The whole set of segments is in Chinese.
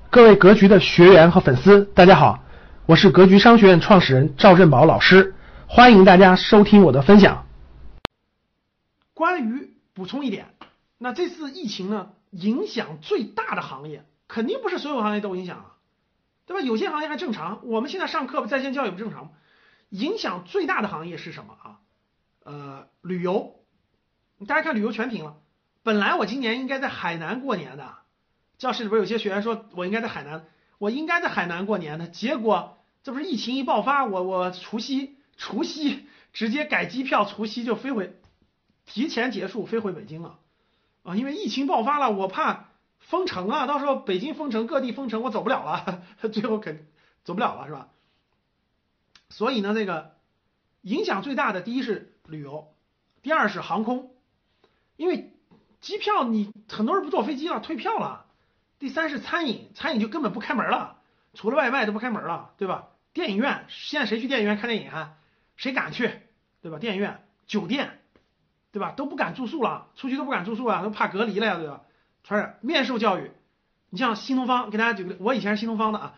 各位格局的学员和粉丝，大家好，我是格局商学院创始人赵振宝老师，欢迎大家收听我的分享。关于补充一点，那这次疫情呢，影响最大的行业，肯定不是所有行业都影响啊，对吧？有些行业还正常，我们现在上课在线教育不正常吗？影响最大的行业是什么啊？旅游，大家看旅游全停了。本来我今年应该在海南过年的，教室里边有些学员说我应该在海南过年的，结果这不是疫情一爆发，我除夕直接改机票，除夕就提前结束飞回北京了啊！因为疫情爆发了，我怕封城啊，到时候北京封城，各地封城，我走不了了，最后走不了了，是吧？所以呢，这个影响最大的，第一是旅游，第二是航空，因为机票你很多人不坐飞机了，退票了。第三是餐饮就根本不开门了，除了外卖都不开门了，对吧？电影院，现在谁去电影院看电影啊？谁敢去，对吧？电影院、酒店，对吧？都不敢住宿了，出去都不敢住宿啊，都怕隔离了呀，对吧？传染。面授教育，你像新东方，给大家举个，我以前是新东方的啊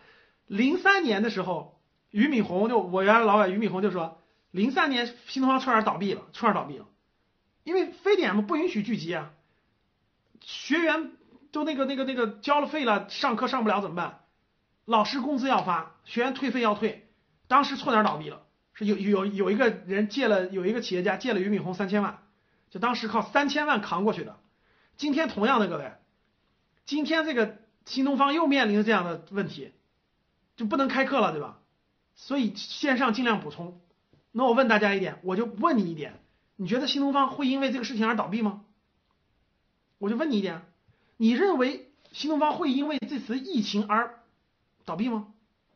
，03年的时候，我原来老板俞敏洪就说，03年新东方差点倒闭了，因为非典不允许聚集啊，学员都那个交了费了，上课上不了怎么办？老师工资要发，学员退费要退，当时错点倒闭了，是有一个人有一个企业家借了俞敏洪3000万，就当时靠3000万扛过去的。今天同样的各位，今天这个新东方又面临着这样的问题，就不能开课了，对吧？所以线上尽量补充。那我问大家一点，我就问你一点，你觉得新东方会因为这个事情而倒闭吗？我就问你一点，你认为新东方会因为这次疫情而倒闭吗？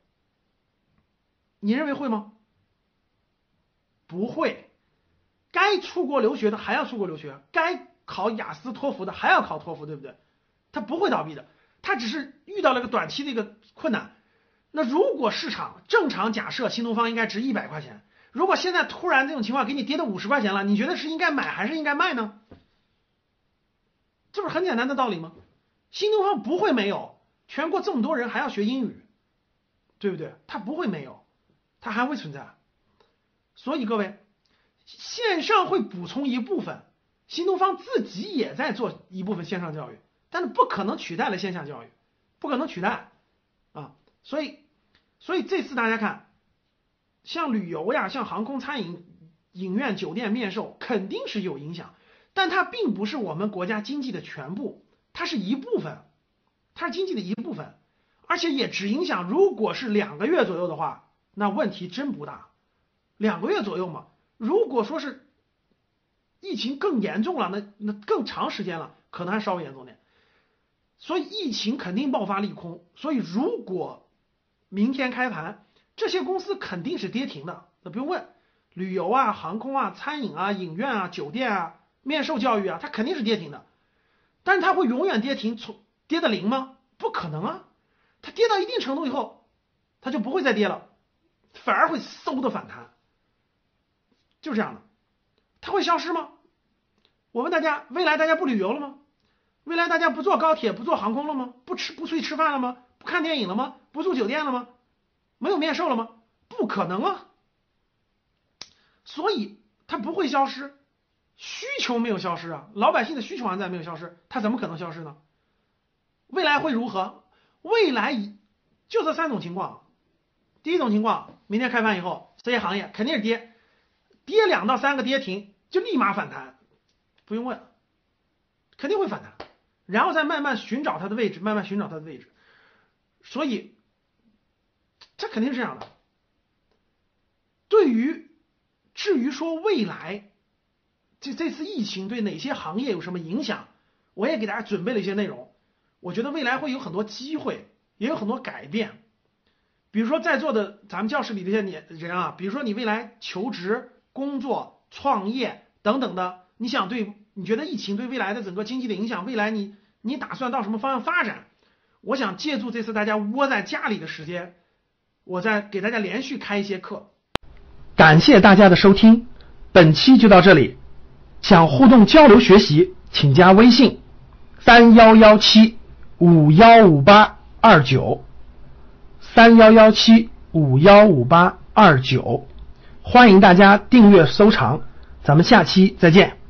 你认为会吗？不会，该出国留学的还要出国留学，该考雅思托福的还要考托福，对不对？它不会倒闭的，它只是遇到了个短期的一个困难。那如果市场正常假设新东方应该值100块钱，如果现在突然这种情况给你跌到50块钱了，你觉得是应该买还是应该卖呢？这不是很简单的道理吗？新东方不会没有，全国这么多人还要学英语，对不对？它不会没有，它还会存在。所以各位，线上会补充一部分，新东方自己也在做一部分线上教育，但是不可能取代了线下教育，不可能取代啊。所以这次大家看，像旅游呀，像航空、餐饮、影院、酒店、面授，肯定是有影响，但它并不是我们国家经济的全部，它是一部分，它是经济的一部分，而且也只影响，如果是2个月左右的话，那问题真不大。2个月左右嘛，如果说是疫情更严重了，那更长时间了，可能还稍微严重点。所以疫情肯定爆发利空，所以如果明天开盘，这些公司肯定是跌停的，那不用问，旅游啊、航空啊、餐饮啊、影院啊、酒店啊、面授教育啊，它肯定是跌停的。但是它会永远跌停，跌到0吗？不可能啊！它跌到一定程度以后，它就不会再跌了，反而会嗖的反弹，就是这样的。它会消失吗？我问大家，未来大家不旅游了吗？未来大家不坐高铁、不坐航空了吗？不出去吃饭了吗？不看电影了吗？不住酒店了吗？没有面授了吗？不可能啊！所以它不会消失。需求没有消失啊，老百姓的需求还在，没有消失，它怎么可能消失呢？未来会如何？未来就这3种情况。第一种情况，明天开盘以后，这些行业肯定是跌2到3个跌停，就立马反弹，不用问，肯定会反弹，然后再慢慢寻找它的位置，所以这肯定是这样的。至于说未来这次疫情对哪些行业有什么影响，我也给大家准备了一些内容。我觉得未来会有很多机会，也有很多改变。比如说在座的咱们教室里这些人啊，比如说你未来求职、工作、创业等等的，你觉得疫情对未来的整个经济的影响，未来你打算到什么方向发展？我想借助这次大家窝在家里的时间，我再给大家连续开一些课。感谢大家的收听，本期就到这里。想互动交流学习，请加微信31175158 3117515829，欢迎大家订阅收藏，咱们下期再见。